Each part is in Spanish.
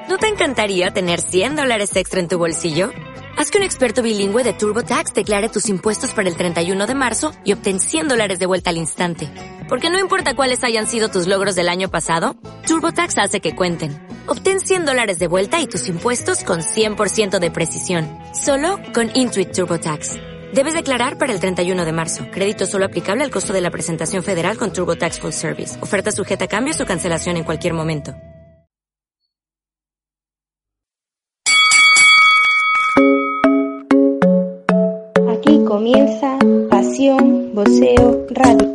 ¿No te encantaría tener $100 extra en tu bolsillo? Haz que un experto bilingüe de TurboTax declare tus impuestos para el 31 de marzo y obtén $100 de vuelta al instante. Porque no importa cuáles hayan sido tus logros del año pasado, TurboTax hace que cuenten. Obtén $100 de vuelta y tus impuestos con 100% de precisión. Solo con Intuit TurboTax. Debes declarar para el 31 de marzo. Crédito solo aplicable al costo de la presentación federal con TurboTax Full Service. Oferta sujeta a cambios o cancelación en cualquier momento. Aquí comienza Pasión Boxeo Radio.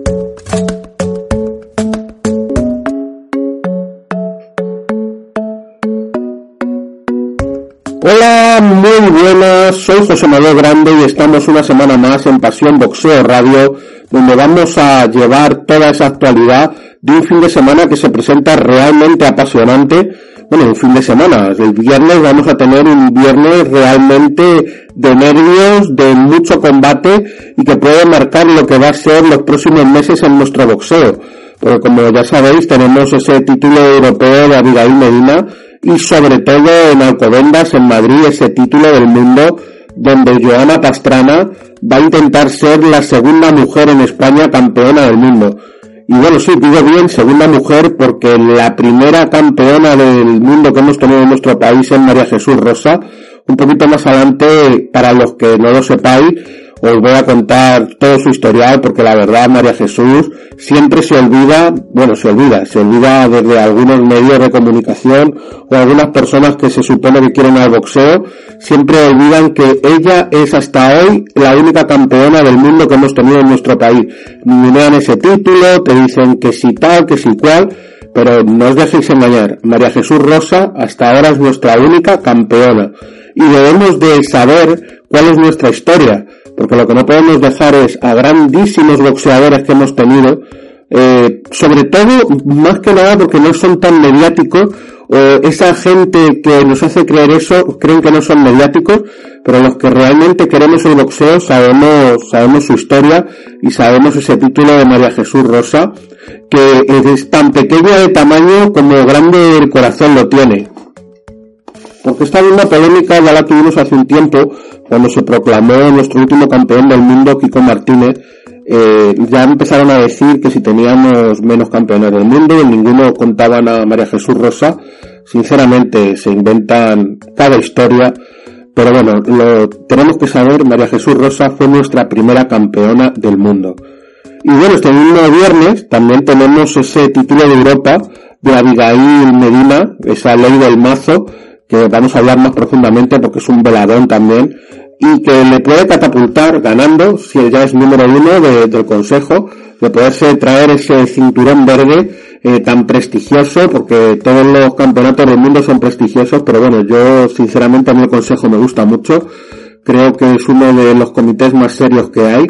Hola, muy buenas, soy José Manuel Grande y estamos una semana más en Pasión Boxeo Radio, donde vamos a llevar toda esa actualidad de un fin de semana que se presenta realmente apasionante. Bueno, un fin de semana, el viernes vamos a tener un viernes realmente de nervios, de mucho combate y que puede marcar lo que va a ser los próximos meses en nuestro boxeo. Porque como ya sabéis, tenemos ese título europeo de Abigail Medina y sobre todo en Alcobendas, en Madrid, ese título del mundo donde Joana Pastrana va a intentar ser la segunda mujer en España campeona del mundo. Y bueno, sí, digo bien, segunda mujer, porque la primera campeona del mundo que hemos tenido en nuestro país es María Jesús Rosa. Un poquito más adelante, para los que no lo sepáis, os voy a contar todo su historial, porque la verdad María Jesús siempre se olvida desde algunos medios de comunicación o algunas personas que se supone que quieren al boxeo, siempre olvidan que ella es hasta hoy la única campeona del mundo que hemos tenido en nuestro país. Minean ese título, te dicen que si tal, que si cual, pero no os dejéis engañar. María Jesús Rosa hasta ahora es nuestra única campeona y debemos de saber cuál es nuestra historia, porque lo que no podemos dejar es a grandísimos boxeadores que hemos tenido, sobre todo, más que nada porque no son tan mediáticos, esa gente que nos hace creer eso, creen que no son mediáticos, pero los que realmente queremos el boxeo sabemos su historia y sabemos ese título de María Jesús Rosa, que es tan pequeña de tamaño como grande el corazón lo tiene. Porque esta misma polémica ya la tuvimos hace un tiempo, cuando se proclamó nuestro último campeón del mundo, Kiko Martínez. Ya empezaron a decir que si teníamos menos campeones del mundo, en ninguno contaban a María Jesús Rosa. Sinceramente, se inventan cada historia. Pero bueno, lo tenemos que saber, María Jesús Rosa fue nuestra primera campeona del mundo. Y bueno, este mismo viernes también tenemos ese título de Europa de Abigail Medina, esa ley del mazo, que vamos a hablar más profundamente porque es un veladón también, y que le puede catapultar ganando, si ya es número 1 del consejo, de poderse traer ese cinturón verde tan prestigioso, porque todos los campeonatos del mundo son prestigiosos, pero bueno, yo sinceramente a mí el consejo me gusta mucho, creo que es uno de los comités más serios que hay,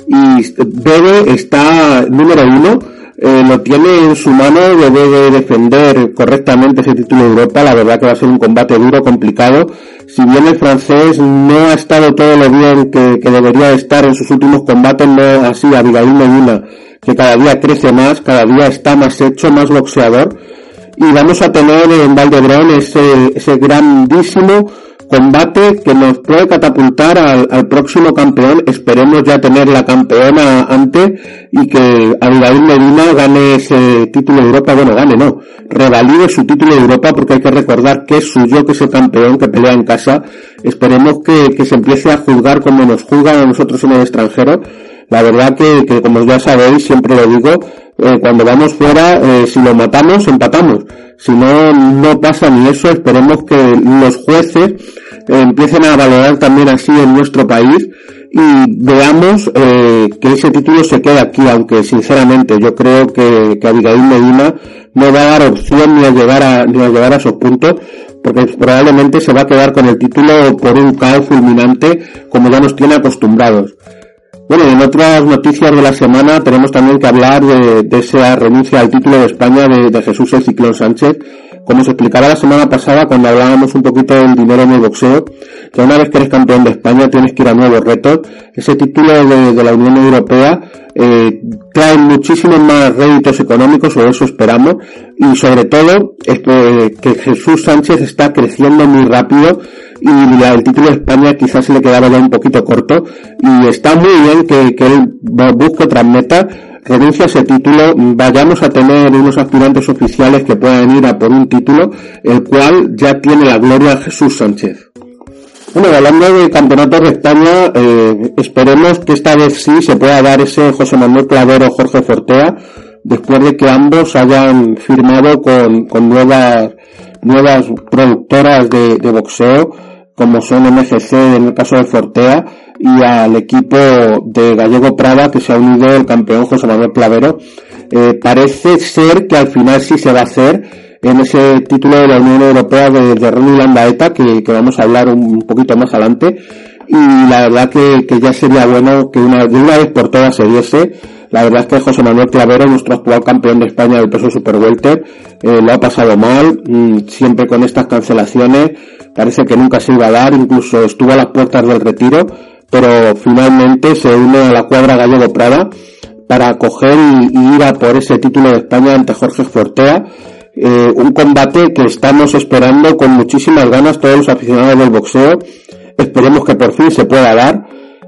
y Bebe está número 1, lo tiene en su mano, debe de defender correctamente ese título de Europa. La verdad que va a ser un combate duro, complicado. Si bien el francés no ha estado todo lo bien que debería estar en sus últimos combates, no así Abigail Medina, que cada día crece más, cada día está más hecho, más boxeador. Y vamos a tener en Valdebrón ese grandísimo combate que nos puede catapultar al próximo campeón. Esperemos ya tener la campeona antes y que Abigail Medina gane ese título de Europa. Bueno, revalide su título de Europa, porque hay que recordar que es suyo, que es el campeón que pelea en casa. Esperemos que se empiece a juzgar como nos juzgan a nosotros en el extranjero. La verdad que como ya sabéis, siempre lo digo, cuando vamos fuera, si lo matamos, empatamos. Si no pasa ni eso. Esperemos que los jueces empiecen a valorar también así en nuestro país y veamos que ese título se quede aquí, aunque sinceramente yo creo que Abigail Medina no va a dar opción ni a llegar a esos puntos, porque probablemente se va a quedar con el título por un caos fulminante como ya nos tiene acostumbrados. Bueno, y en otras noticias de la semana tenemos también que hablar de esa renuncia al título de España de Jesús el Ciclón Sánchez, como se explicaba la semana pasada cuando hablábamos un poquito del dinero en el boxeo, que una vez que eres campeón de España tienes que ir a nuevos retos. Ese título de la Unión Europea trae muchísimos más réditos económicos, o eso esperamos, y sobre todo que Jesús Sánchez está creciendo muy rápido y el título de España quizás se le quedaba ya un poquito corto, y está muy bien que él busque otras metas, renuncie a ese título, vayamos a tener unos aspirantes oficiales que puedan ir a por un título, el cual ya tiene la gloria Jesús Sánchez. Bueno, hablando de campeonatos de España, esperemos que esta vez sí se pueda dar ese José Manuel Clavero Jorge Fortea, después de que ambos hayan firmado con nuevas productoras de boxeo, como son MGC en el caso de Fortea, y al equipo de Gallego Prada, que se ha unido el campeón José Manuel Clavero. Parece ser que al final sí se va a hacer en ese título de la Unión Europea de Ronnie Landaeta, que vamos a hablar un poquito más adelante, y la verdad que ya sería bueno que de una vez por todas se diese. La verdad es que José Manuel Clavero, nuestro actual campeón de España del peso super welter, lo ha pasado mal, siempre con estas cancelaciones, parece que nunca se iba a dar, incluso estuvo a las puertas del retiro, pero finalmente se une a la cuadra Gallego Prada para coger y ir a por ese título de España ante Jorge Fortea. Un combate que estamos esperando con muchísimas ganas todos los aficionados del boxeo. Esperemos que por fin se pueda dar,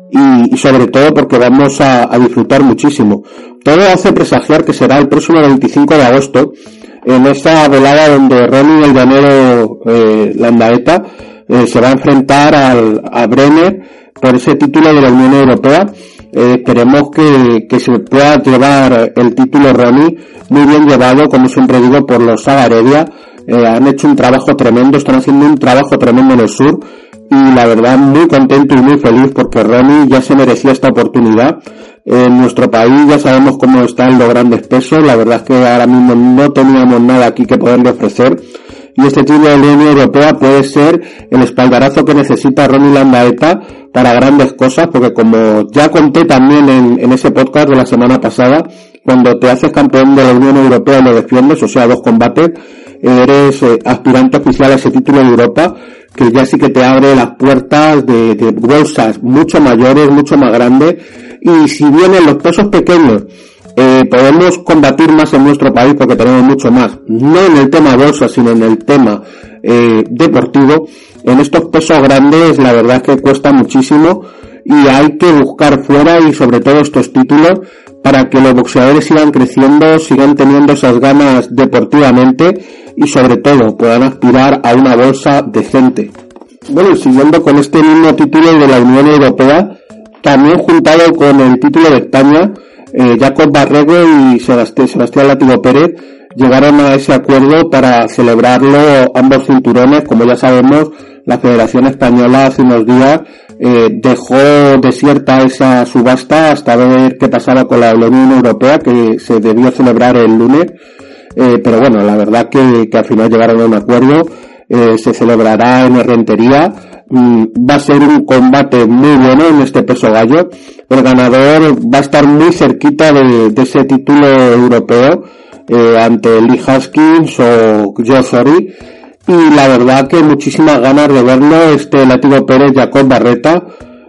y sobre todo porque vamos a disfrutar muchísimo. Todo hace presagiar que será el próximo 25 de agosto, en esa velada donde Ronnie el llanero Landaeta se va a enfrentar a Brenner por ese título de la Unión Europea. Queremos que se pueda llevar el título Ronnie, muy bien llevado, como siempre digo, por los Saga Heredia. Han hecho un trabajo tremendo, están haciendo un trabajo tremendo en el sur, y la verdad muy contento y muy feliz porque Ronnie ya se merecía esta oportunidad. En nuestro país ya sabemos cómo están los grandes pesos, la verdad es que ahora mismo no teníamos nada aquí que poderle ofrecer, y este título de la Unión Europea puede ser el espaldarazo que necesita Ronnie Landaeta para grandes cosas, porque como ya conté también en ese podcast de la semana pasada, cuando te haces campeón de la Unión Europea y lo defiendes, o sea, 2 combates, eres aspirante oficial a ese título de Europa, que ya sí que te abre las puertas de bolsas mucho mayores, mucho más grandes, y si bien en los pesos pequeños podemos combatir más en nuestro país porque tenemos mucho más, no en el tema bolsa sino en el tema deportivo, en estos pesos grandes la verdad es que cuesta muchísimo y hay que buscar fuera, y sobre todo estos títulos, para que los boxeadores sigan creciendo, sigan teniendo esas ganas deportivamente y sobre todo puedan aspirar a una bolsa decente. Bueno, siguiendo con este mismo título de la Unión Europea, también juntado con el título de España, Jacob Barrego y Sebastián Látigo Pérez llegaron a ese acuerdo para celebrarlo ambos cinturones. Como ya sabemos, la Federación Española hace unos días dejó desierta esa subasta hasta ver qué pasaba con la Unión Europea, que se debió celebrar el lunes, pero bueno, la verdad que al final llegaron a un acuerdo. Se celebrará en Rentería. Va a ser un combate muy bueno en este peso gallo. El ganador va a estar muy cerquita de ese título europeo ante Lee Haskins o Joe Sori, y la verdad que muchísimas ganas de verlo. Látigo Pérez, Jacob Barreto,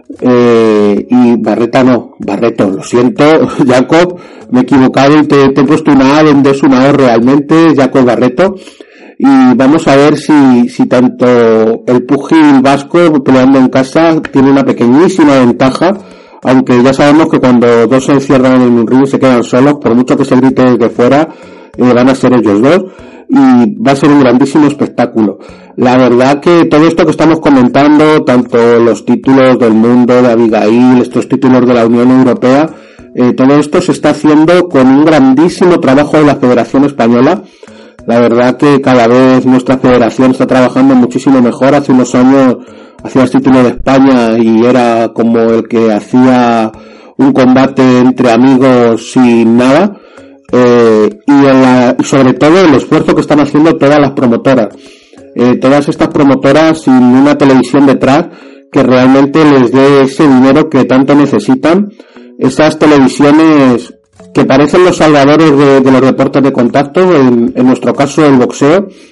lo siento Jacob, me he equivocado y te he puesto una A donde es una O realmente, Jacob Barreto. Y vamos a ver si tanto el púgil vasco peleando en casa tiene una pequeñísima ventaja, aunque ya sabemos que cuando dos se encierran en un ring se quedan solos, por mucho que se grite desde fuera, van a ser ellos dos, y va a ser un grandísimo espectáculo. La verdad que todo esto que estamos comentando, tanto los títulos del mundo de Abigail, estos títulos de la Unión Europea, todo esto se está haciendo con un grandísimo trabajo de la Federación Española. La verdad que cada vez nuestra federación está trabajando muchísimo mejor. Hace unos años hacías título de España y era como el que hacía un combate entre amigos sin nada. Y sobre todo el esfuerzo que están haciendo todas las promotoras. Todas estas promotoras sin una televisión detrás que realmente les dé ese dinero que tanto necesitan. Esas televisiones que parecen los salvadores de los deportes de contacto, en nuestro caso el boxeo,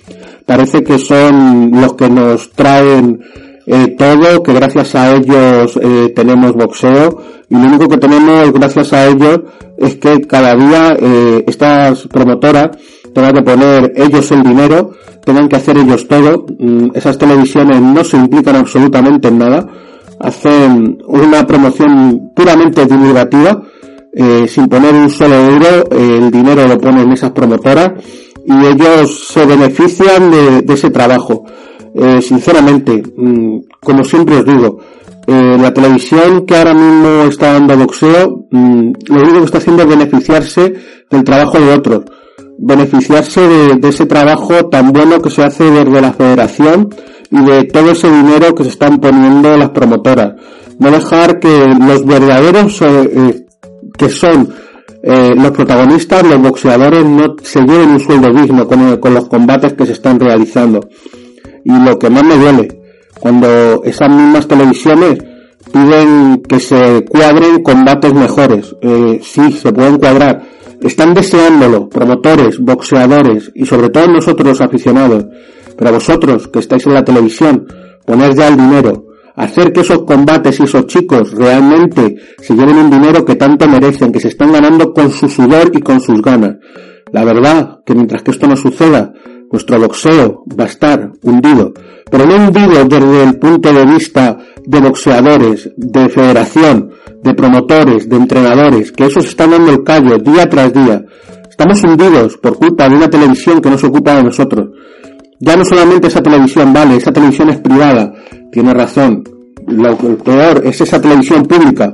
parece que son los que nos traen todo, que gracias a ellos tenemos boxeo, y lo único que tenemos gracias a ellos es que cada día estas promotoras tengan que poner ellos el dinero, tengan que hacer ellos todo. Esas televisiones no se implican absolutamente en nada, hacen una promoción puramente divulgativa, sin poner un solo euro, el dinero lo ponen esas promotoras y ellos se benefician de ese trabajo. Sinceramente, como siempre os digo, la televisión que ahora mismo está dando boxeo, lo único que está haciendo es beneficiarse del trabajo de otros, beneficiarse de ese trabajo tan bueno que se hace desde la federación y de todo ese dinero que se están poniendo las promotoras. No dejar que los verdaderos que son los protagonistas, los boxeadores, no se lleven un sueldo digno con los combates que se están realizando. Y lo que más me duele, cuando esas mismas televisiones piden que se cuadren combates mejores. Sí, se pueden cuadrar, están deseándolo, promotores, boxeadores y sobre todo nosotros los aficionados. Pero vosotros que estáis en la televisión, poned ya el dinero, hacer que esos combates y esos chicos realmente se lleven un dinero que tanto merecen, que se están ganando con su sudor y con sus ganas. La verdad que mientras que esto no suceda, nuestro boxeo va a estar hundido, pero no hundido desde el punto de vista de boxeadores, de federación, de promotores, de entrenadores, que esos están dando el callo día tras día. Estamos hundidos por culpa de una televisión que no se ocupa de nosotros. Ya no solamente esa televisión, vale, esa televisión es privada, tiene razón. Lo peor es esa televisión pública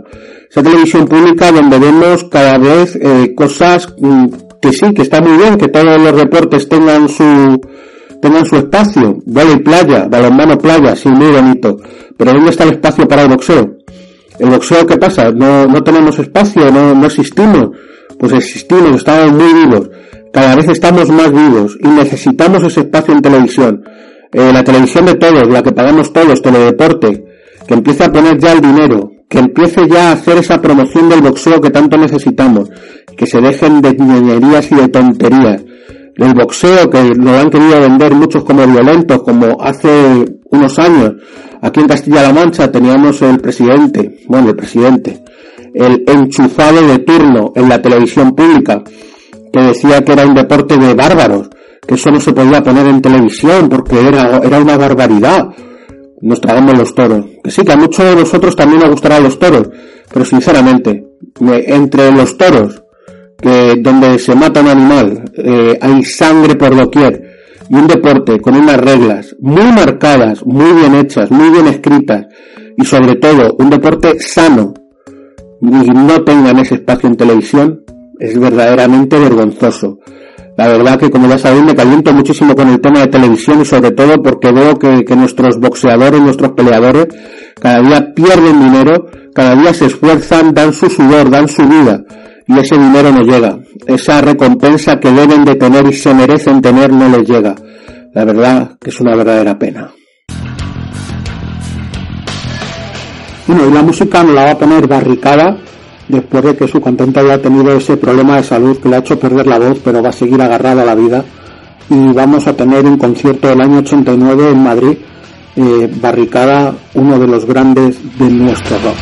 donde vemos cada vez cosas que sí, que está muy bien, que todos los deportes tengan su espacio, vóley playa, balonmano playa, sí, muy bonito, pero ¿dónde está el espacio para el boxeo? ¿El boxeo qué pasa? ¿No tenemos espacio? ¿No existimos? Pues existimos, estamos muy vivos, cada vez estamos más vivos y necesitamos ese espacio en televisión. La televisión de todos, la que pagamos todos, Teledeporte, que empiece a poner ya el dinero, que empiece ya a hacer esa promoción del boxeo que tanto necesitamos, que se dejen de ñoñerías y de tonterías. El boxeo que lo han querido vender muchos como violentos, como hace unos años. Aquí en Castilla-La Mancha teníamos el enchufado de turno en la televisión pública, que decía que era un deporte de bárbaros, que eso no se podía poner en televisión porque era una barbaridad. Nos tragamos los toros. Que sí, que a muchos de nosotros también nos gustarán los toros, pero sinceramente, entre los toros, donde se mata un animal, hay sangre por doquier, y un deporte con unas reglas muy marcadas, muy bien hechas, muy bien escritas, y sobre todo un deporte sano, y no tengan ese espacio en televisión, es verdaderamente vergonzoso. La verdad que, como ya sabéis, me caliento muchísimo con el tema de televisión y sobre todo porque veo que nuestros boxeadores, nuestros peleadores, cada día pierden dinero, cada día se esfuerzan, dan su sudor, dan su vida y ese dinero no llega. Esa recompensa que deben de tener y se merecen tener no les llega. La verdad que es una verdadera pena. Bueno, y la música nos la va a poner Barricada, después de que su cantante haya tenido ese problema de salud que le ha hecho perder la voz, pero va a seguir agarrado a la vida. Y vamos a tener un concierto del año 89 en Madrid, Barricada, uno de los grandes de nuestro rock.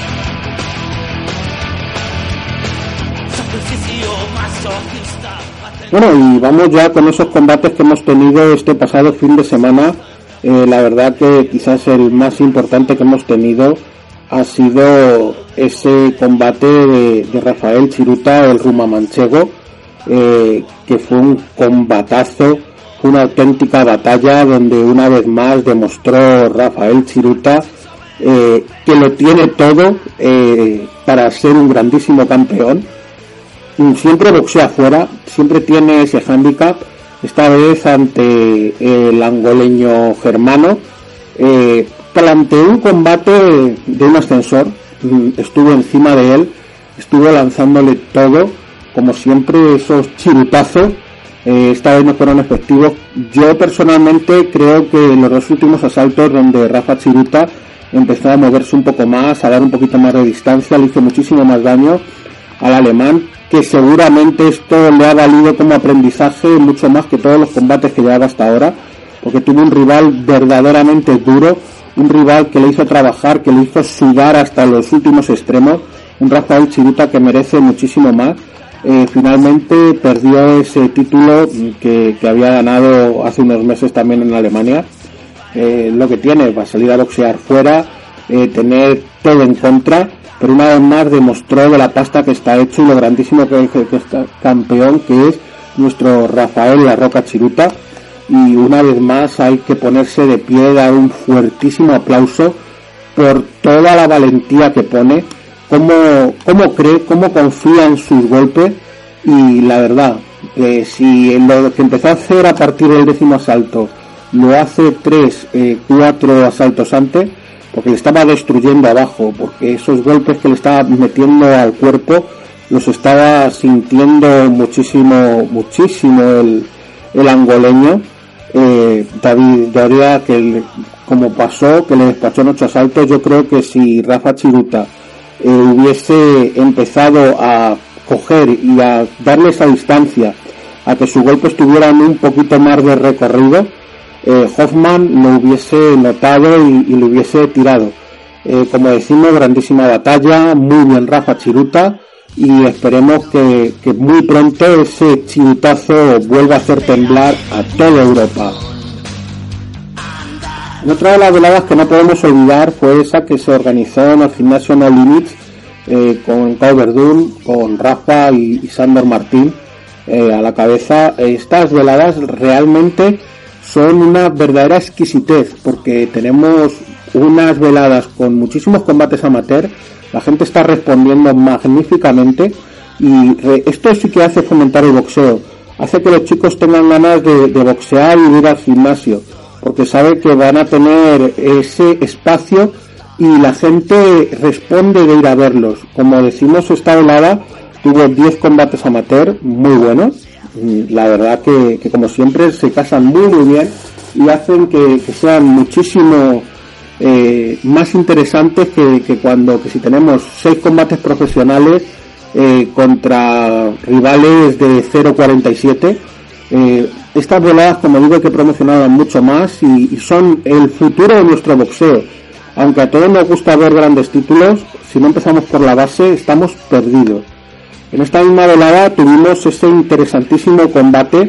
Bueno, y vamos ya con esos combates que hemos tenido este pasado fin de semana. La verdad que quizás el más importante que hemos tenido ha sido ese combate de Rafael Chiruta, el rumamanchego, que fue un combatazo, una auténtica batalla donde una vez más demostró Rafael Chiruta que lo tiene todo para ser un grandísimo campeón. Siempre boxea afuera, siempre tiene ese hándicap, esta vez ante el angoleño Germano, planteó un combate de un ascensor, estuvo encima de él, estuvo lanzándole todo, como siempre esos chirutazos, esta vez no fueron efectivos. Yo personalmente creo que los dos últimos asaltos donde Rafa Chiruta empezó a moverse un poco más, a dar un poquito más de distancia, le hizo muchísimo más daño al alemán, que seguramente esto le ha valido como aprendizaje mucho más que todos los combates que llevaba hasta ahora, porque tuvo un rival verdaderamente duro, un rival que le hizo trabajar, que le hizo sudar hasta los últimos extremos, un Rafael Chiruta que merece muchísimo más. Finalmente perdió ese título que había ganado hace unos meses también en Alemania. Lo que tiene va a salir a boxear fuera, tener todo en contra, pero una vez más demostró de la pasta que está hecho y lo grandísimo que está campeón que es nuestro Rafael La Roca Chiruta. Y una vez más hay que ponerse de pie, dar un fuertísimo aplauso por toda la valentía que pone, cómo cree, cómo confía en sus golpes. Y la verdad, si lo que empezó a hacer a partir del 10º asalto lo hace 4 asaltos antes, porque le estaba destruyendo abajo, porque esos golpes que le estaba metiendo al cuerpo los estaba sintiendo muchísimo el angoleño. David Doria, que como pasó, que le despachó en 8 asaltos, yo creo que si Rafa Chiruta hubiese empezado a coger y a darle esa distancia, a que sus golpes tuvieran un poquito más de recorrido, Hoffman lo hubiese notado y lo hubiese tirado. Como decimos, grandísima batalla, muy bien Rafa Chiruta, y esperemos que muy pronto ese chirutazo vuelva a hacer temblar a toda Europa. Y otra de las veladas que no podemos olvidar fue esa que se organizó en el gimnasio No Limits, con Cao Verdún, con Rafa y Sandor Martín a la cabeza. Estas veladas realmente son una verdadera exquisitez, porque tenemos unas veladas con muchísimos combates amateur, la gente está respondiendo magníficamente, y esto sí que hace fomentar el boxeo, hace que los chicos tengan ganas de boxear y de ir al gimnasio, porque sabe que van a tener ese espacio y la gente responde de ir a verlos. Como decimos, esta velada tuvo 10 combates amateur muy buenos. La verdad que como siempre se casan muy bien y hacen que sean muchísimo más interesantes que si tenemos 6 combates profesionales contra rivales de 0.47. Estas veladas, como digo, hay que promocionarlas mucho más y son el futuro de nuestro boxeo. Aunque a todos nos gusta ver grandes títulos, si no empezamos por la base estamos perdidos. En esta misma velada tuvimos ese interesantísimo combate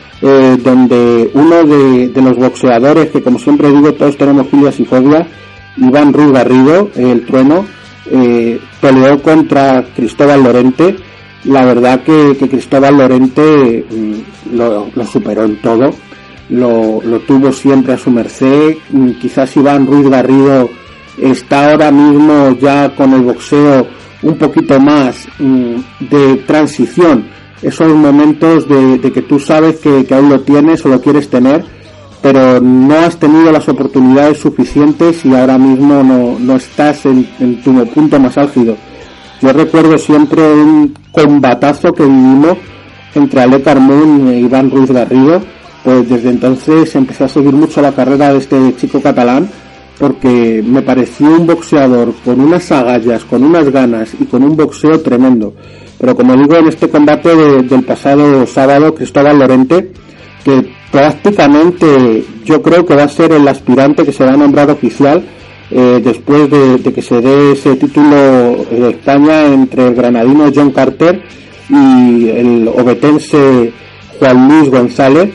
donde uno de los boxeadores, que como siempre digo, todos tenemos filias y fobias, Iván Ruiz Garrido, el Trueno, peleó contra Cristóbal Lorente. La verdad que Cristóbal Lorente lo superó en todo, lo tuvo siempre a su merced. Quizás Iván Ruiz Garrido está ahora mismo ya con el boxeo un poquito más de transición, esos momentos de que tú sabes que aún lo tienes o lo quieres tener, pero no has tenido las oportunidades suficientes y ahora mismo no estás en tu punto más álgido. Yo recuerdo siempre un combatazo que vivimos entre Ale Carmón e Iván Ruiz Garrido. Pues desde entonces empecé a seguir mucho la carrera de este chico catalán, porque me pareció un boxeador con unas agallas, con unas ganas y con un boxeo tremendo. Pero como digo, en este combate del pasado sábado, Cristóbal Lorente, que prácticamente yo creo que va a ser el aspirante que se va a nombrar oficial después de que se dé ese título de España entre el granadino John Carter y el obetense Juan Luis González,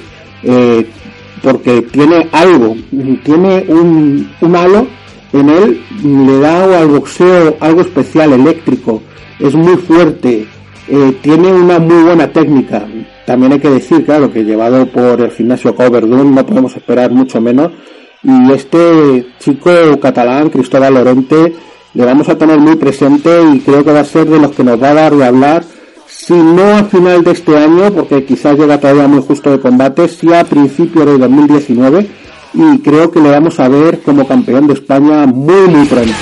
porque tiene algo, tiene un halo en él, le da al boxeo algo especial, eléctrico, es muy fuerte, tiene una muy buena técnica. También hay que decir, claro, que llevado por el gimnasio Cao Verdún no podemos esperar mucho menos, y este chico catalán, Cristóbal Lorente, le vamos a tener muy presente y creo que va a ser de los que nos va a dar de hablar, si no a final de este año, porque quizás llega todavía muy justo de combate, si a principios de 2019, y creo que le vamos a ver como campeón de España muy pronto.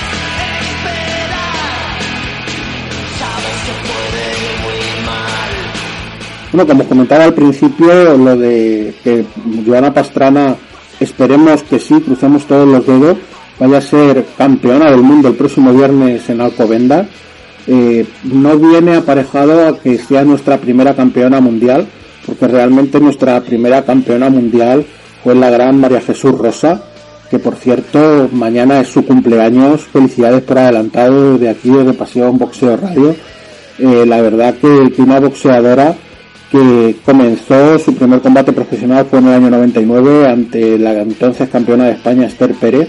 Bueno, como comentaba al principio, lo de que Joana Pastrana, esperemos que sí, crucemos todos los dedos, vaya a ser campeona del mundo el próximo viernes en Alcobendas. No viene aparejado a que sea nuestra primera campeona mundial, porque realmente nuestra primera campeona mundial fue la gran María Jesús Rosa, que por cierto mañana es su cumpleaños. Felicidades por adelantado de aquí desde Pasión Boxeo Radio. La verdad que una boxeadora que comenzó su primer combate profesional fue en el año 99 ante la entonces campeona de España, Esther Pérez.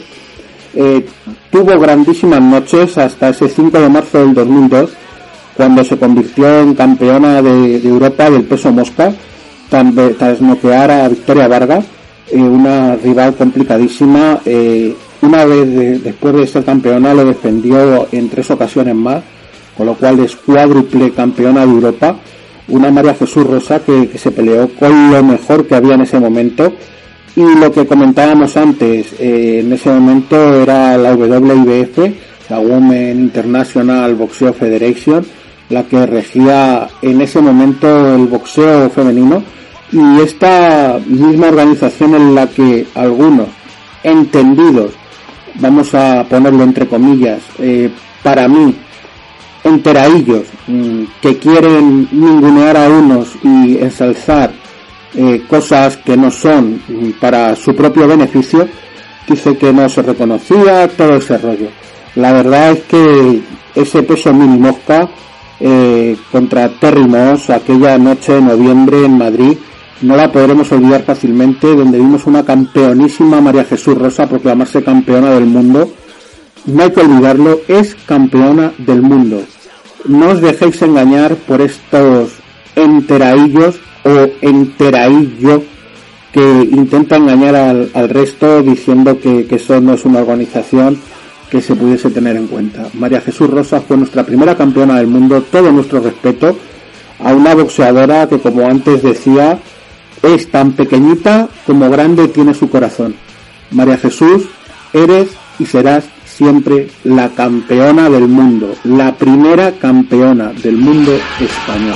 Tuvo grandísimas noches hasta ese 5 de marzo del 2002, cuando se convirtió en campeona de Europa del peso mosca, tras noquear a Victoria Vargas, una rival complicadísima. Una vez después de ser campeona lo defendió en 3 ocasiones más, con lo cual es cuádruple campeona de Europa. Una María Jesús Rosa que se peleó con lo mejor que había en ese momento. Y lo que comentábamos antes, en ese momento era la WIBF, la Women International Boxeo Federation, la que regía en ese momento el boxeo femenino. Y esta misma organización en la que algunos entendidos, vamos a ponerlo entre comillas, para mí, enteraillos, que quieren ningunear a unos y ensalzar cosas que no son para su propio beneficio, dice que no se reconocía todo ese rollo. La verdad es que ese peso mini mosca contra Terry Moss aquella noche de noviembre en Madrid no la podremos olvidar fácilmente, donde vimos una campeonísima María Jesús Rosa proclamarse campeona del mundo. No hay que olvidarlo, es campeona del mundo. No os dejéis engañar por estos enteraillos o enteraillo que intenta engañar al resto diciendo que eso no es una organización que se pudiese tener en cuenta. María Jesús Rosa fue nuestra primera campeona del mundo. Todo nuestro respeto a una boxeadora que, como antes decía, es tan pequeñita como grande tiene su corazón. María Jesús, eres y serás siempre la campeona del mundo, la primera campeona del mundo español.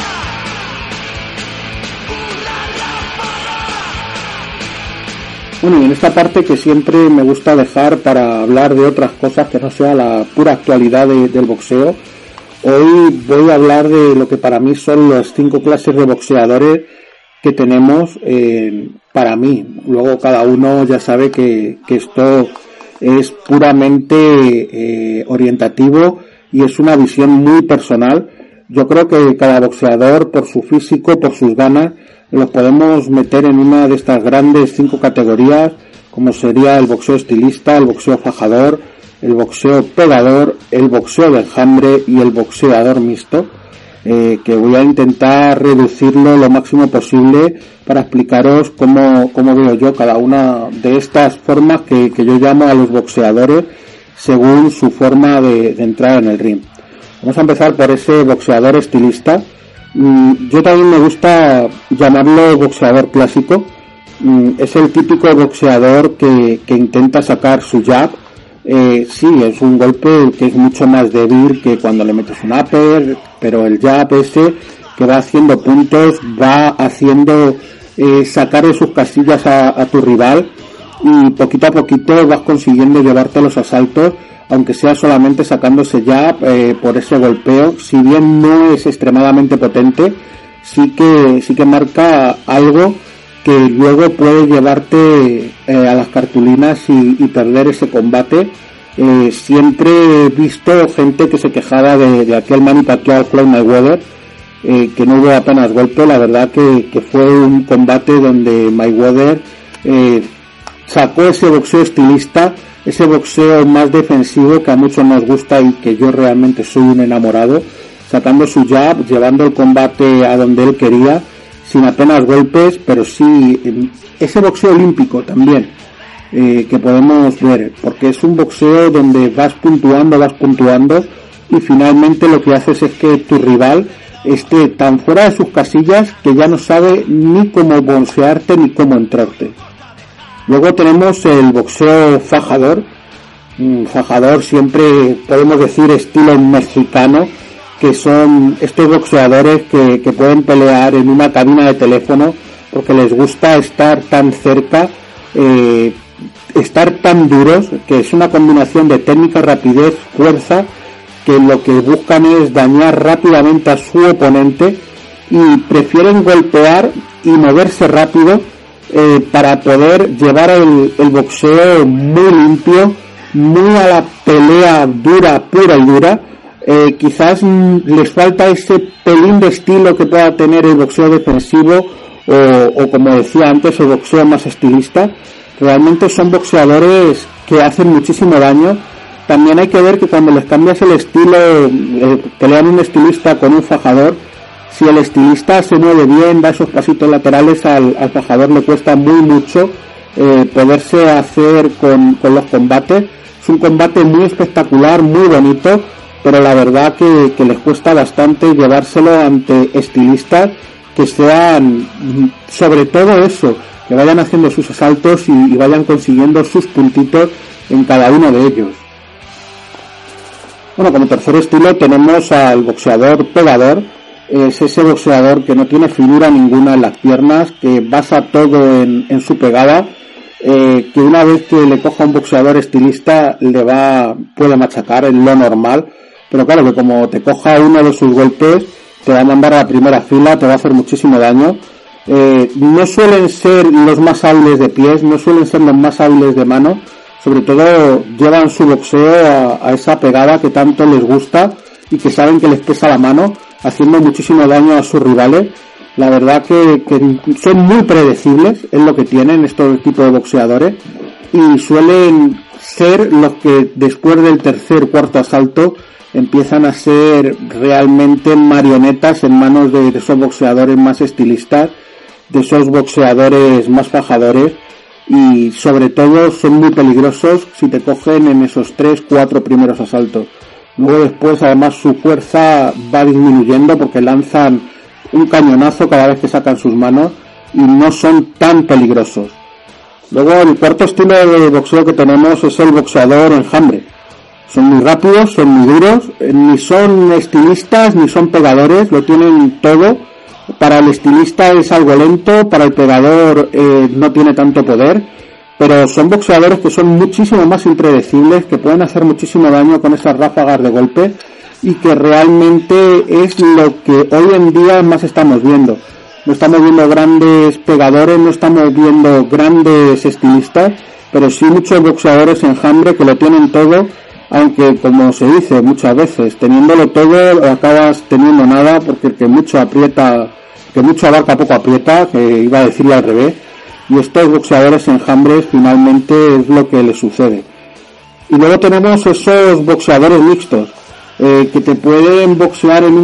Bueno, y en esta parte que siempre me gusta dejar para hablar de otras cosas que no sea la pura actualidad del boxeo, hoy voy a hablar de lo que para mí son las 5 clases de boxeadores que tenemos para mí. Luego cada uno ya sabe que esto es puramente orientativo y es una visión muy personal. Yo creo que cada boxeador, por su físico, por sus ganas, los podemos meter en una de estas grandes 5 categorías, como sería el boxeo estilista, el boxeo fajador, el boxeo pegador, el boxeo de enjambre y el boxeador mixto, que voy a intentar reducirlo lo máximo posible para explicaros cómo veo yo cada una de estas formas que yo llamo a los boxeadores según su forma de entrar en el ring. Vamos a empezar por ese boxeador estilista. Yo también me gusta llamarlo boxeador clásico. Es el típico boxeador que intenta sacar su jab. Sí, es un golpe que es mucho más débil que cuando le metes un upper, pero el jab ese que va haciendo puntos, va haciendo sacar de sus casillas a tu rival, y poquito a poquito vas consiguiendo llevarte los asaltos, aunque sea solamente sacando ese jab por ese golpeo. Si bien no es extremadamente potente, sí que marca algo que luego puede llevarte a las cartulinas y perder ese combate. Siempre he visto gente que se quejaba de aquel Manny Pacquiao Floyd Mayweather, que no hubo apenas golpe. La verdad que fue un combate donde Mayweather sacó ese boxeo estilista, ese boxeo más defensivo que a muchos nos gusta y que yo realmente soy un enamorado, sacando su jab, llevando el combate a donde él quería, sin apenas golpes, pero sí ese boxeo olímpico también, que podemos ver, porque es un boxeo donde vas puntuando y finalmente lo que haces es que tu rival esté tan fuera de sus casillas que ya no sabe ni cómo boxearte ni cómo entrarte. Luego tenemos el boxeo fajador. Fajador siempre podemos decir estilo mexicano, que son estos boxeadores que pueden pelear en una cabina de teléfono porque les gusta estar tan cerca, estar tan duros, que es una combinación de técnica, rapidez, fuerza, que lo que buscan es dañar rápidamente a su oponente y prefieren golpear y moverse rápido, y poquito a poquito vas consiguiendo llevarte los asaltos, aunque sea solamente sacando ese jab por ese golpeo. Si bien no es extremadamente potente, sí que marca algo que luego puede llevarte a las cartulinas. Vamos a empezar por ese boxeador estilista. Yo también me gusta llamarlo boxeador clásico. Es el típico boxeador que intenta sacar su jab. Sí, es un golpe que para poder llevar el boxeo muy limpio, muy a la pelea dura, pura y dura. Quizás les falta ese pelín de estilo que pueda tener el boxeo defensivo o como decía antes, el boxeo más estilista. Realmente son boxeadores que hacen muchísimo daño. También hay que ver que cuando les cambias el estilo, pelean un estilista con un fajador, si el estilista se mueve bien, da esos pasitos laterales, al fajador le cuesta muy mucho poderse hacer con los combates. Es un combate muy espectacular, muy bonito, pero la verdad que les cuesta bastante llevárselo ante estilistas que sean, sobre todo eso, que vayan haciendo sus asaltos y vayan consiguiendo sus puntitos en cada uno de ellos. Bueno, como tercer estilo tenemos al boxeador pegador. Es ese boxeador que no tiene figura ninguna en las piernas, que basa todo en su pegada, que una vez que le coja un boxeador estilista puede machacar, es lo normal, pero claro que como te coja uno de sus golpes te va a mandar a la primera fila, te va a hacer muchísimo daño. No suelen ser los más hábiles de pies, no suelen ser los más hábiles de mano, sobre todo llevan su boxeo a esa pegada que tanto les gusta y que saben que les pesa la mano, haciendo muchísimo daño a sus rivales. La verdad que son muy predecibles, es lo que tienen estos tipos de boxeadores, y suelen ser los que después del tercer, cuarto asalto empiezan a ser realmente marionetas en manos de esos boxeadores más estilistas, de esos boxeadores más fajadores, y sobre todo son muy peligrosos si te cogen en esos 3-4 primeros asaltos. Luego después además su fuerza va disminuyendo porque lanzan un cañonazo cada vez que sacan sus manos y no son tan peligrosos. Luego el cuarto estilo de boxeo que tenemos es el boxeador enjambre. Son muy rápidos, son muy duros, ni son estilistas ni son pegadores, lo tienen todo. Para el estilista es algo lento, para el pegador no tiene tanto poder, pero son boxeadores que son muchísimo más impredecibles, que pueden hacer muchísimo daño con esas ráfagas de golpe, y que realmente es lo que hoy en día más estamos viendo. No estamos viendo grandes pegadores, no estamos viendo grandes estilistas, pero sí muchos boxeadores enjambre que lo tienen todo, aunque como se dice muchas veces, teniéndolo todo acabas teniendo nada, porque el que mucho aprieta, que mucho abarca poco aprieta, que iba a decirlo al revés, y estos boxeadores enjambres finalmente es lo que les sucede. Y luego tenemos esos boxeadores mixtos, que te pueden boxear en un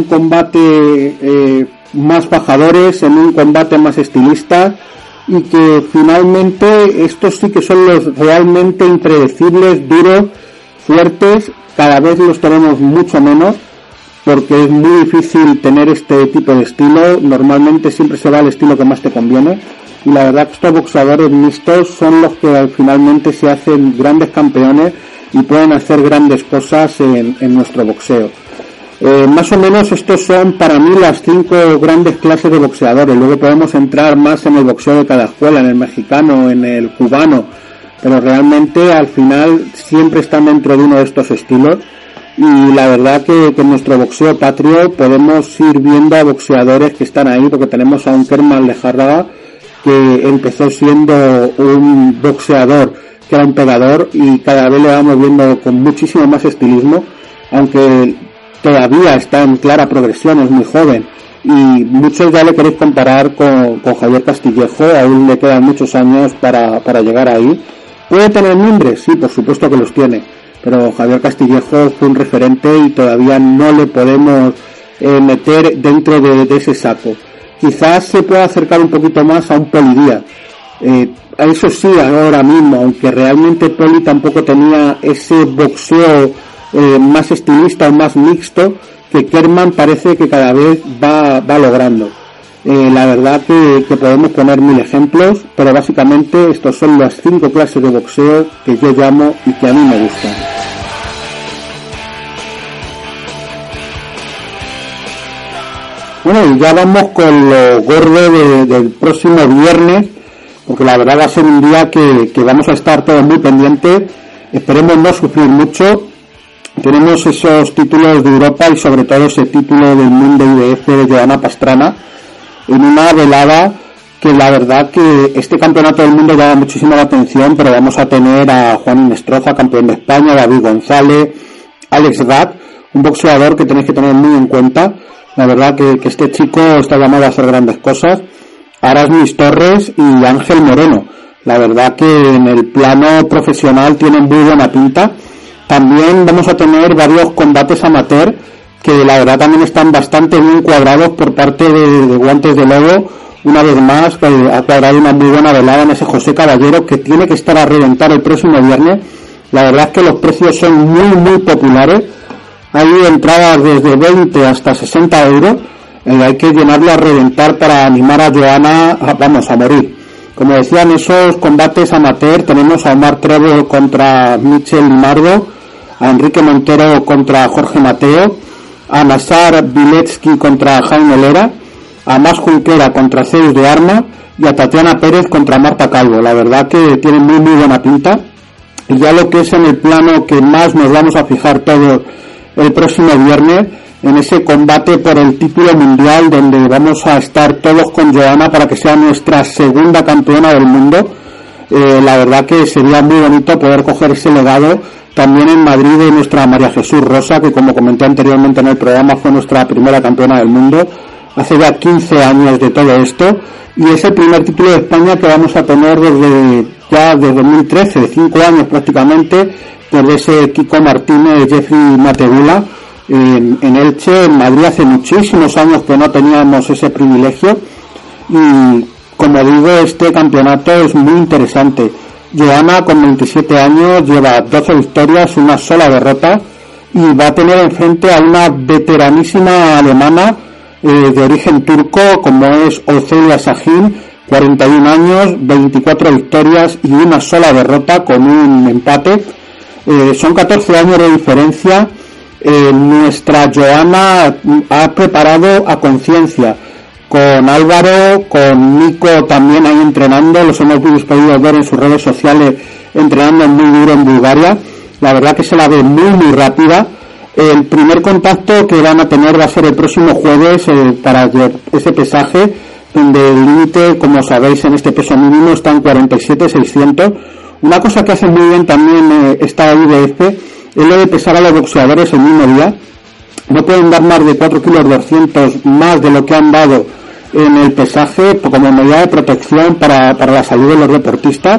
combate más fajadores, en un combate más estilista, y que finalmente estos sí que son los realmente impredecibles, duros, fuertes. Cada vez los tenemos mucho menos, porque es muy difícil tener este tipo de estilo. Normalmente siempre se va al estilo que más te conviene, y la verdad que estos boxeadores mixtos son los que finalmente se hacen grandes campeones y pueden hacer grandes cosas en nuestro boxeo. Más o menos estos son para mí las 5 grandes clases de boxeadores. Luego podemos entrar más en el boxeo de cada escuela, en el mexicano, en el cubano, pero realmente al final siempre están dentro de uno de estos estilos. Y la verdad que en nuestro boxeo patrio podemos ir viendo a boxeadores que están ahí, porque tenemos a un Kerman Lejárraga, que empezó siendo un boxeador que era un pegador, y cada vez le vamos viendo con muchísimo más estilismo, aunque todavía está en clara progresión, es muy joven, y muchos ya le queréis comparar con Javier Castillejo. Aún le quedan muchos años para llegar ahí. ¿Puede tener mimbres? Sí, por supuesto que los tiene, pero Javier Castillejo fue un referente y todavía no le podemos meter dentro de ese saco. Quizás se pueda acercar un poquito más a un Poli Díaz. Eso sí, ahora mismo, aunque realmente Poli tampoco tenía ese boxeo más estilista o más mixto, que Kerman parece que cada vez va logrando. La verdad que podemos poner 1000 ejemplos, pero básicamente estos son las 5 clases de boxeo que yo llamo y que a mí me gustan. Bueno, y ya vamos con lo gordo del próximo viernes, porque la verdad va a ser un día que vamos a estar todos muy pendientes. Esperemos no sufrir mucho. Tenemos esos títulos de Europa y sobre todo ese título del mundo IBF de Joana Pastrana, en una velada que la verdad que este campeonato del mundo llama muchísimo la atención, pero vamos a tener a Juan Inestroza, campeón de España, David González, Alex Gat, un boxeador que tenéis que tener muy en cuenta. La verdad que este chico está llamado a hacer grandes cosas. Arasmis Torres y Ángel Moreno. La verdad que en el plano profesional tienen muy buena pinta. También vamos a tener varios combates amateur que la verdad también están bastante bien cuadrados por parte de Guantes de Lobo. Una vez más ha cuadrado una muy buena velada en ese José Caballero, que tiene que estar a reventar el próximo viernes. La verdad es que los precios son muy populares. Hay entradas desde 20 hasta 60 euros. Hay que llenarlo a reventar para animar a Joana a morir. Como decían, esos combates amateur tenemos a Omar Trevo contra Michel Limardo, a Enrique Montero contra Jorge Mateo, a Nazar Viletsky contra Jaime Lera, a Mas Junquera contra Zeus de Arma y a Tatiana Pérez contra Marta Calvo. La verdad que tienen muy buena pinta. Y ya lo que es en el plano que más nos vamos a fijar todo el próximo viernes, en ese combate por el título mundial, donde vamos a estar todos con Joana para que sea nuestra segunda campeona del mundo. La verdad que sería muy bonito poder coger ese legado también en Madrid de nuestra María Jesús Rosa, que como comenté anteriormente en el programa fue nuestra primera campeona del mundo hace ya 15 años de todo esto, y es el primer título de España que vamos a tener desde 2013, 5 años prácticamente, desde ese Kiko Martínez, Jeffrey Matebula en Elche. En Madrid hace muchísimos años que no teníamos ese privilegio, y como digo, este campeonato es muy interesante. Joana, con 27 años, lleva 12 victorias, una sola derrota, y va a tener enfrente a una veteranísima alemana de origen turco, como es Ocelia Sahin, 41 años, 24 victorias y una sola derrota con un empate. Son 14 años de diferencia. Nuestra Joana ha preparado a conciencia, con Álvaro, con Nico también ahí entrenando, los hemos podido ver en sus redes sociales entrenando muy duro en Bulgaria. La verdad que se la ve muy rápida. El primer contacto que van a tener va a ser el próximo jueves para ese pesaje, donde el límite, como sabéis, en este peso mínimo está en 47.600. Una cosa que hace muy bien también esta IBF es lo de pesar a los boxeadores el mismo día. No pueden dar más de 4,2 kilos más de lo que han dado en el pesaje, como medida de protección para la salud de los deportistas.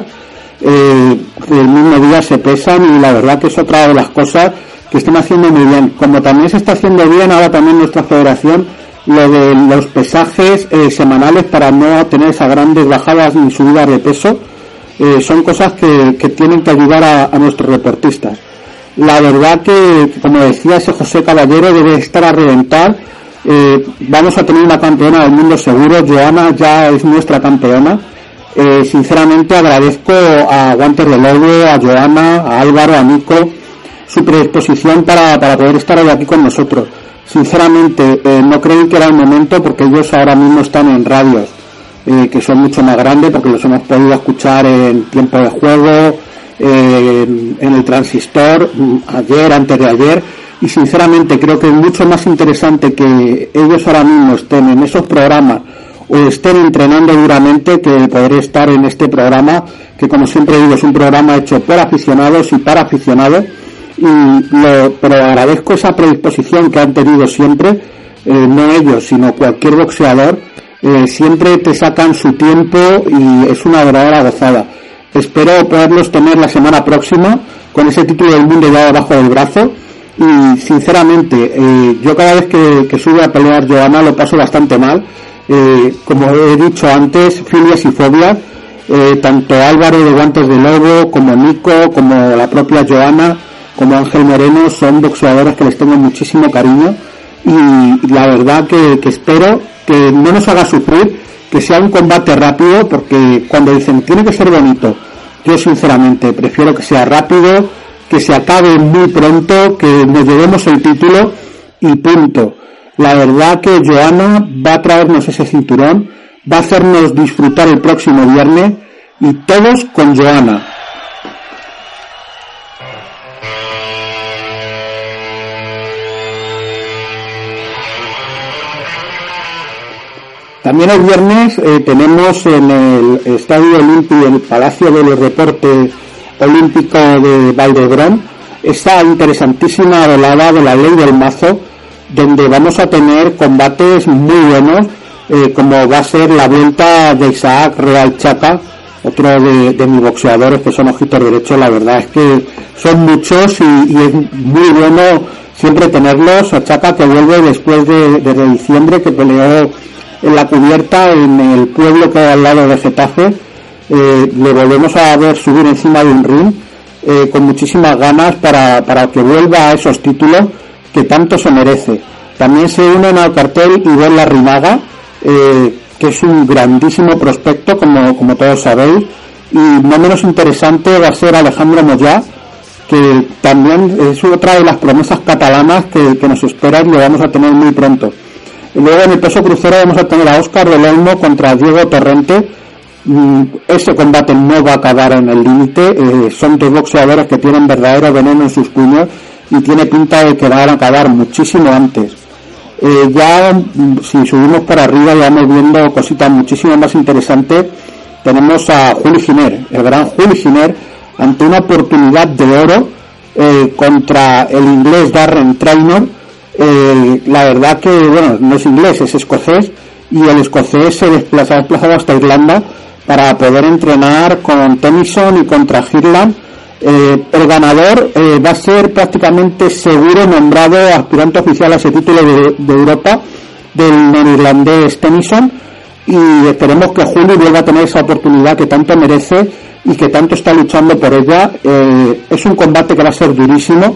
El mismo día se pesan, y la verdad que es otra de las cosas que están haciendo muy bien. Como también se está haciendo bien ahora también nuestra federación, lo de los pesajes semanales para no tener esas grandes bajadas ni subidas de peso, son cosas que tienen que ayudar a nuestros deportistas. La verdad que, como decía, ese José Caballero debe estar a reventar. Vamos a tener una campeona del mundo seguro. Joana ya es nuestra campeona. Sinceramente agradezco a Guantes de Lobo, a Joana, a Álvaro, a Nico, su predisposición para poder estar hoy aquí con nosotros. Sinceramente no creí que era el momento, porque ellos ahora mismo están en radios que son mucho más grandes, porque los hemos podido escuchar en Tiempo de Juego, en el Transistor, ayer, antes de ayer, y sinceramente creo que es mucho más interesante que ellos ahora mismo estén en esos programas o estén entrenando duramente que poder estar en este programa, que como siempre digo es un programa hecho por aficionados y para aficionados. Pero agradezco esa predisposición que han tenido siempre, no ellos sino cualquier boxeador. Siempre te sacan su tiempo y es una verdadera gozada. Espero poderlos tener la semana próxima con ese título del mundo ya debajo del brazo, y sinceramente yo cada vez que sube a pelear Joana lo paso bastante mal. Como he dicho antes, filias y fobias, tanto Álvaro de Guantes de Lobo como Nico, como la propia Joana, como Ángel Moreno, son boxeadores que les tengo muchísimo cariño, y la verdad que espero que no nos haga sufrir, que sea un combate rápido, porque cuando dicen tiene que ser bonito, yo sinceramente prefiero que sea rápido, que se acabe muy pronto, que nos llevemos el título y punto. La verdad que Joana va a traernos ese cinturón, va a hacernos disfrutar el próximo viernes, y todos con Joana. También el viernes tenemos en el Estadio Olímpico, el Palacio de los Deportes Olímpico de Valdebrón, esa interesantísima velada de la Ley del Mazo, donde vamos a tener combates muy buenos, como va a ser la vuelta de Isaac Real Chapa, otro de mis boxeadores que son ojitos derechos. La verdad es que son muchos y es muy bueno siempre tenerlos. A Chapa, que vuelve después de diciembre, que peleó en la cubierta en el pueblo que hay al lado de Getafe, le volvemos a ver subir encima de un ring con muchísimas ganas para que vuelva a esos títulos que tanto se merece. También se unen al cartel Iván Larrinaga, que es un grandísimo prospecto, como todos sabéis, y no menos interesante va a ser Alejandro Moyá, que también es otra de las promesas catalanas que nos espera y lo vamos a tener muy pronto. Y luego en el peso crucero vamos a tener a Óscar del Olmo contra Diego Torrente. Ese combate no va a acabar en el límite, son dos boxeadores que tienen verdadero veneno en sus puños y tiene pinta de que van a acabar muchísimo antes. Ya si subimos para arriba ya vamos viendo cositas muchísimo más interesantes. Tenemos a Juli Giner, el gran Juli Giner, ante una oportunidad de oro contra el inglés Darren Traynor. La verdad que, bueno, no es inglés, es escocés, y el escocés se ha desplazado hasta Irlanda para poder entrenar con Tennyson y contra Hirland. El ganador va a ser prácticamente seguro nombrado aspirante oficial a ese título de Europa del neerlandés Tennyson, y esperemos que Julio vuelva a tener esa oportunidad que tanto merece y que tanto está luchando por ella. Es un combate que va a ser durísimo.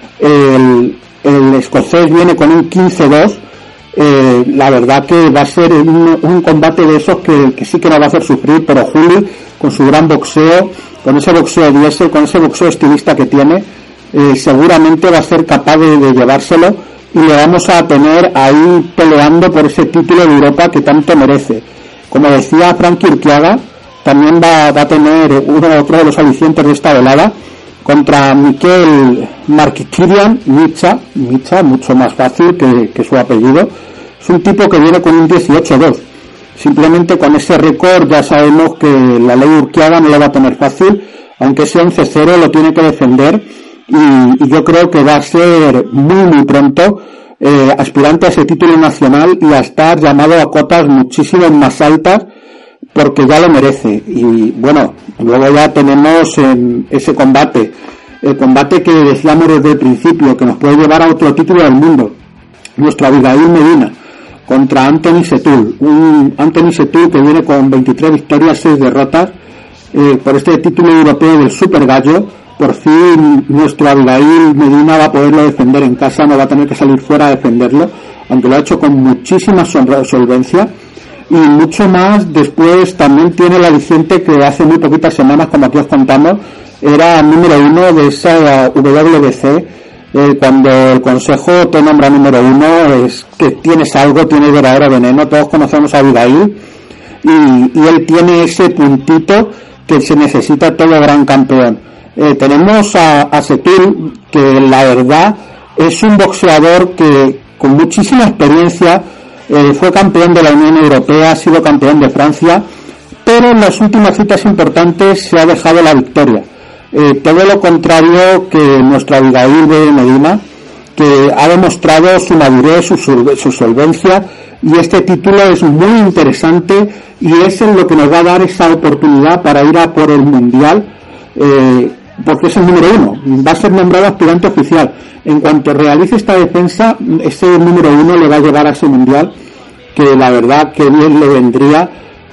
El escocés viene con un 15-2. La verdad que va a ser un combate de esos que sí que nos va a hacer sufrir, pero Juli, con su gran boxeo, con ese boxeo diésel, con ese boxeo estilista que tiene, seguramente va a ser capaz de llevárselo, y le vamos a tener ahí peleando por ese título de Europa que tanto merece. Como decía Frankie Urquiaga, también va a tener otro de los alicientes de esta velada contra Mikel Markikirian Micha, mucho más fácil que su apellido. Es un tipo que viene con un 18-2. Simplemente con ese récord ya sabemos que la ley Urquiaga no lo va a tener fácil, aunque ese 11-0 lo tiene que defender, y yo creo que va a ser muy pronto aspirante a ese título nacional y a estar llamado a cotas muchísimo más altas, porque ya lo merece. Y bueno, luego ya tenemos en ese combate, el combate que decíamos desde el principio, que nos puede llevar a otro título del mundo, nuestro Abigail Medina contra Anthony Setul, un Anthony Setul que viene con 23 victorias, 6 derrotas, por este título europeo del Super Gallo. Por fin nuestro Abigail Medina va a poderlo defender en casa, no va a tener que salir fuera a defenderlo, aunque lo ha hecho con muchísima solvencia. Y mucho más después también tiene el aliciente que hace muy poquitas semanas, como aquí os contamos, era número 1 de esa WBC. Cuando el consejo te nombra número 1 es que tienes algo, tienes verdadero veneno. Todos conocemos a Abigail y él tiene ese puntito que se necesita todo gran campeón. Tenemos a Setul, que la verdad es un boxeador que con muchísima experiencia, fue campeón de la Unión Europea, ha sido campeón de Francia, pero en las últimas citas importantes se ha dejado la victoria. Todo lo contrario que nuestra Abigail de Medina, que ha demostrado su madurez, su solvencia, y este título es muy interesante y es en lo que nos va a dar esa oportunidad para ir a por el Mundial, porque es el número 1, va a ser nombrado aspirante oficial. En cuanto realice esta defensa, ese número 1 le va a llevar a ese Mundial, que la verdad que bien le vendría.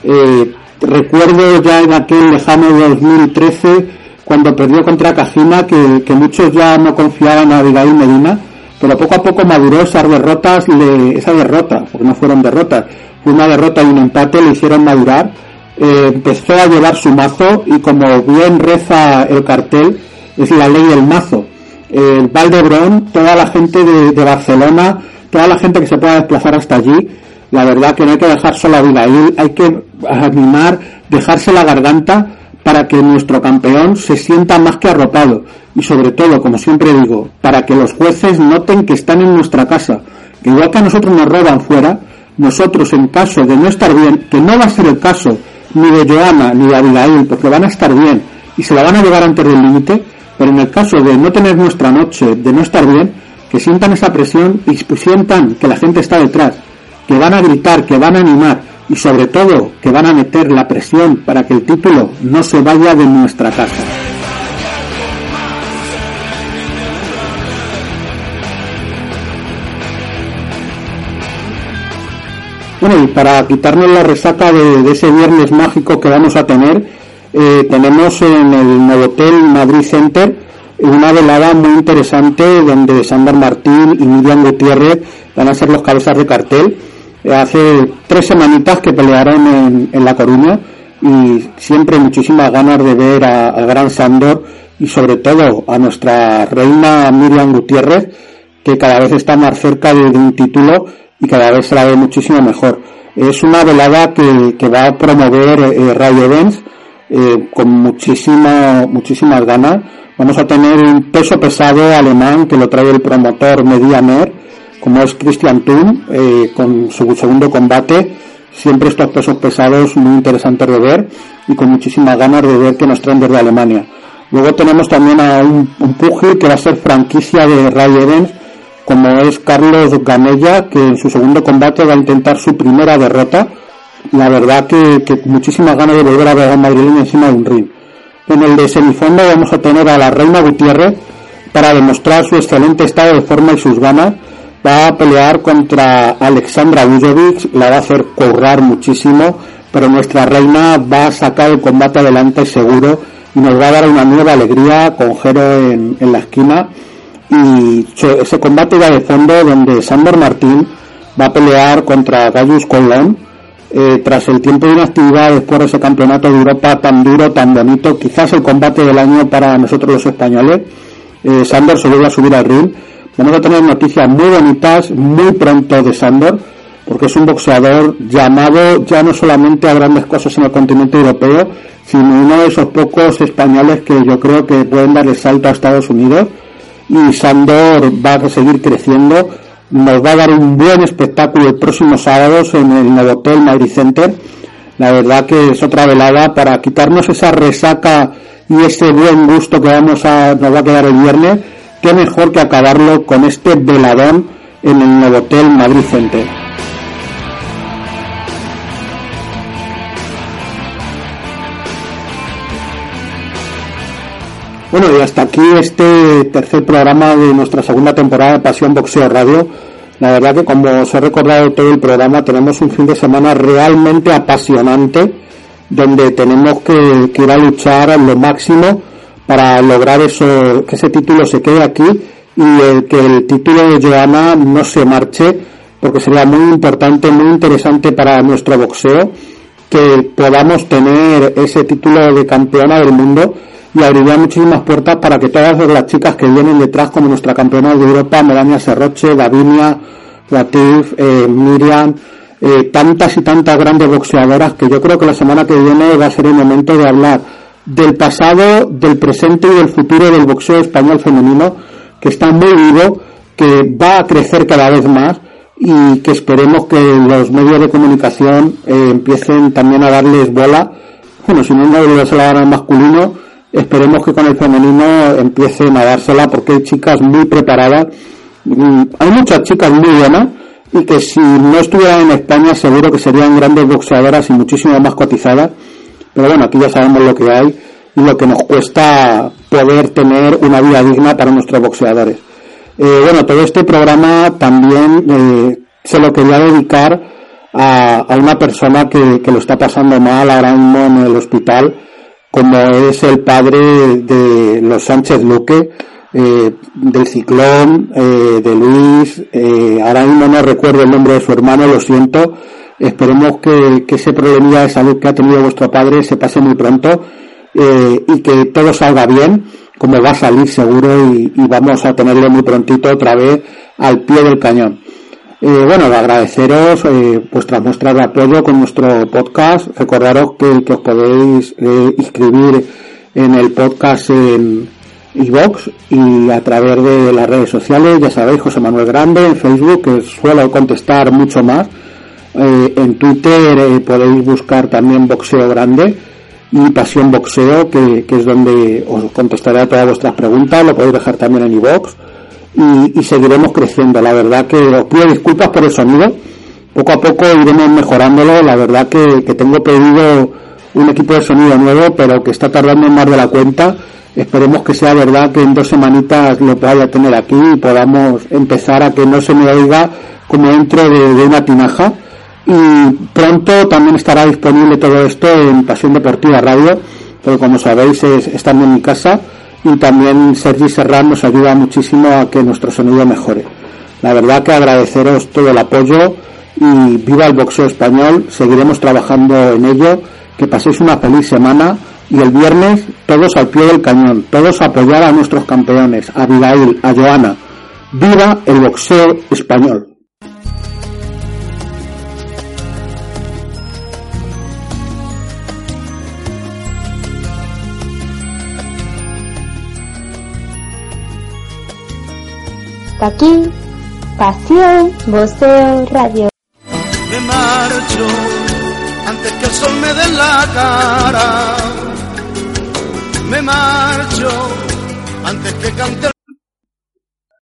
Recuerdo ya en aquel lejano 2013, cuando perdió contra Cajina, que muchos ya no confiaban a Abigail Medina, pero poco a poco maduró esas derrotas, porque no fueron derrotas, fue una derrota y un empate, le hicieron madurar. Empezó a llevar su mazo, y como bien reza el cartel, es la ley del mazo. El Valdebrón, toda la gente de Barcelona, toda la gente que se pueda desplazar hasta allí, la verdad que no hay que dejar solo a Abigail, hay que animar, dejarse la garganta para que nuestro campeón se sienta más que arropado, y sobre todo, como siempre digo, para que los jueces noten que están en nuestra casa, que igual que a nosotros nos roban fuera, nosotros, en caso de no estar bien, que no va a ser el caso ni de Joana ni de Abigail, porque van a estar bien y se la van a llevar antes del límite, pero en el caso de no tener nuestra noche, de no estar bien, que sientan esa presión y sientan que la gente está detrás, que van a gritar, que van a animar y sobre todo que van a meter la presión para que el título no se vaya de nuestra casa. Bueno, y para quitarnos la resaca de ese viernes mágico que vamos a tener, tenemos en el Novotel Madrid Center una velada muy interesante donde Sandor Martín y Miriam Gutiérrez van a ser los cabezas de cartel. Hace 3 semanitas que pelearon en La Coruña y siempre muchísimas ganas de ver al gran Sandor y sobre todo a nuestra reina Miriam Gutiérrez, que cada vez está más cerca de un título y cada vez se la ve muchísimo mejor. Es una velada que va a promover Ray Events con muchísimas ganas. Vamos a tener un peso pesado alemán que lo trae el promotor Mediamer, como es Christian Thun, con su segundo combate. Siempre estos pesos pesados muy interesantes de ver y con muchísimas ganas de ver que nos traen desde Alemania. Luego tenemos también a un púgil que va a ser franquicia de Ray Events, como es Carlos Ganella, que en su segundo combate va a intentar su primera derrota. La verdad que muchísimas ganas de volver a ver a madrileño encima de un ring. En el de semifondo vamos a tener a la reina Gutiérrez para demostrar su excelente estado de forma y sus ganas. Va a pelear contra Alexandra Bujovic, la va a hacer currar muchísimo, pero nuestra reina va a sacar el combate adelante seguro y nos va a dar una nueva alegría con Jero en la esquina. Y ese combate va de fondo donde Sandor Martín va a pelear contra Gaius Colón tras el tiempo de inactividad después de ese campeonato de Europa tan duro, tan bonito, quizás el combate del año para nosotros los españoles. Sandor se vuelve a subir al ring. Vamos a tener noticias muy bonitas muy pronto de Sandor, porque es un boxeador llamado ya no solamente a grandes cosas en el continente europeo, sino uno de esos pocos españoles que yo creo que pueden dar el salto a Estados Unidos. Y Sandor va a seguir creciendo, nos va a dar un buen espectáculo el próximo sábado en el Novotel Madrid Center. La verdad que es otra velada para quitarnos esa resaca y ese buen gusto que nos va a quedar el viernes. Qué mejor que acabarlo con este veladón en el Novotel Madrid Center. Bueno, y hasta aquí este tercer programa de nuestra segunda temporada de Pasión Boxeo Radio. La verdad que, como os he recordado todo el programa, tenemos un fin de semana realmente apasionante, donde tenemos que ir a luchar a lo máximo para lograr eso, que ese título se quede aquí y que el título de Joana no se marche, porque sería muy importante, muy interesante para nuestro boxeo que podamos tener ese título de campeona del mundo. Y abriría muchísimas puertas para que todas las chicas que vienen detrás, como nuestra campeona de Europa, Melania Serroche, Davinia, Latif, Miriam, tantas y tantas grandes boxeadoras, que yo creo que la semana que viene va a ser el momento de hablar del pasado, del presente y del futuro del boxeo español femenino, que está muy vivo, que va a crecer cada vez más y que esperemos que los medios de comunicación empiecen también a darles bola. Bueno, si no se la dan al masculino, esperemos que con el femenino empiecen a dársela, porque hay chicas muy preparadas, hay muchas chicas muy buenas y que si no estuvieran en España seguro que serían grandes boxeadoras y muchísimo más cotizadas, pero bueno, aquí ya sabemos lo que hay y lo que nos cuesta poder tener una vida digna para nuestros boxeadores. Bueno, todo este programa también se lo quería dedicar a una persona que lo está pasando mal ahora mismo en el hospital, como es el padre de los Sánchez Luque, del Ciclón, de Luis, ahora mismo no recuerdo el nombre de su hermano, lo siento. Esperemos que ese problemilla de salud que ha tenido vuestro padre se pase muy pronto, y que todo salga bien, como va a salir seguro, y vamos a tenerlo muy prontito otra vez al pie del cañón. Bueno, agradeceros vuestras muestras de apoyo con nuestro podcast. Recordaros que os podéis inscribir en el podcast en iVoox y a través de las redes sociales. Ya sabéis, José Manuel Grande en Facebook, que suelo contestar mucho más. En Twitter podéis buscar también Boxeo Grande y Pasión Boxeo, que es donde os contestaré a todas vuestras preguntas. Lo podéis dejar también en iVoox y seguiremos creciendo. La verdad que os pido disculpas por el sonido, poco a poco iremos mejorándolo. La verdad que tengo pedido un equipo de sonido nuevo, pero que está tardando más de la cuenta. Esperemos que sea verdad, que en 2 semanitas lo vaya a tener aquí y podamos empezar a que no se me oiga como dentro de una tinaja. Y pronto también estará disponible todo esto en Pasión Deportiva Radio, porque como sabéis estando en mi casa, y también Sergi Serrán nos ayuda muchísimo a que nuestro sonido mejore. La verdad que agradeceros todo el apoyo y viva el boxeo español. Seguiremos trabajando en ello. Que paséis una feliz semana y el viernes todos al pie del cañón, todos a apoyar a nuestros campeones, a Abigail, a Joana. ¡Viva el boxeo español! Aquí, Pasión Boxeo Radio. Me marcho antes que el sol me dé en la cara. Me marcho antes que cante el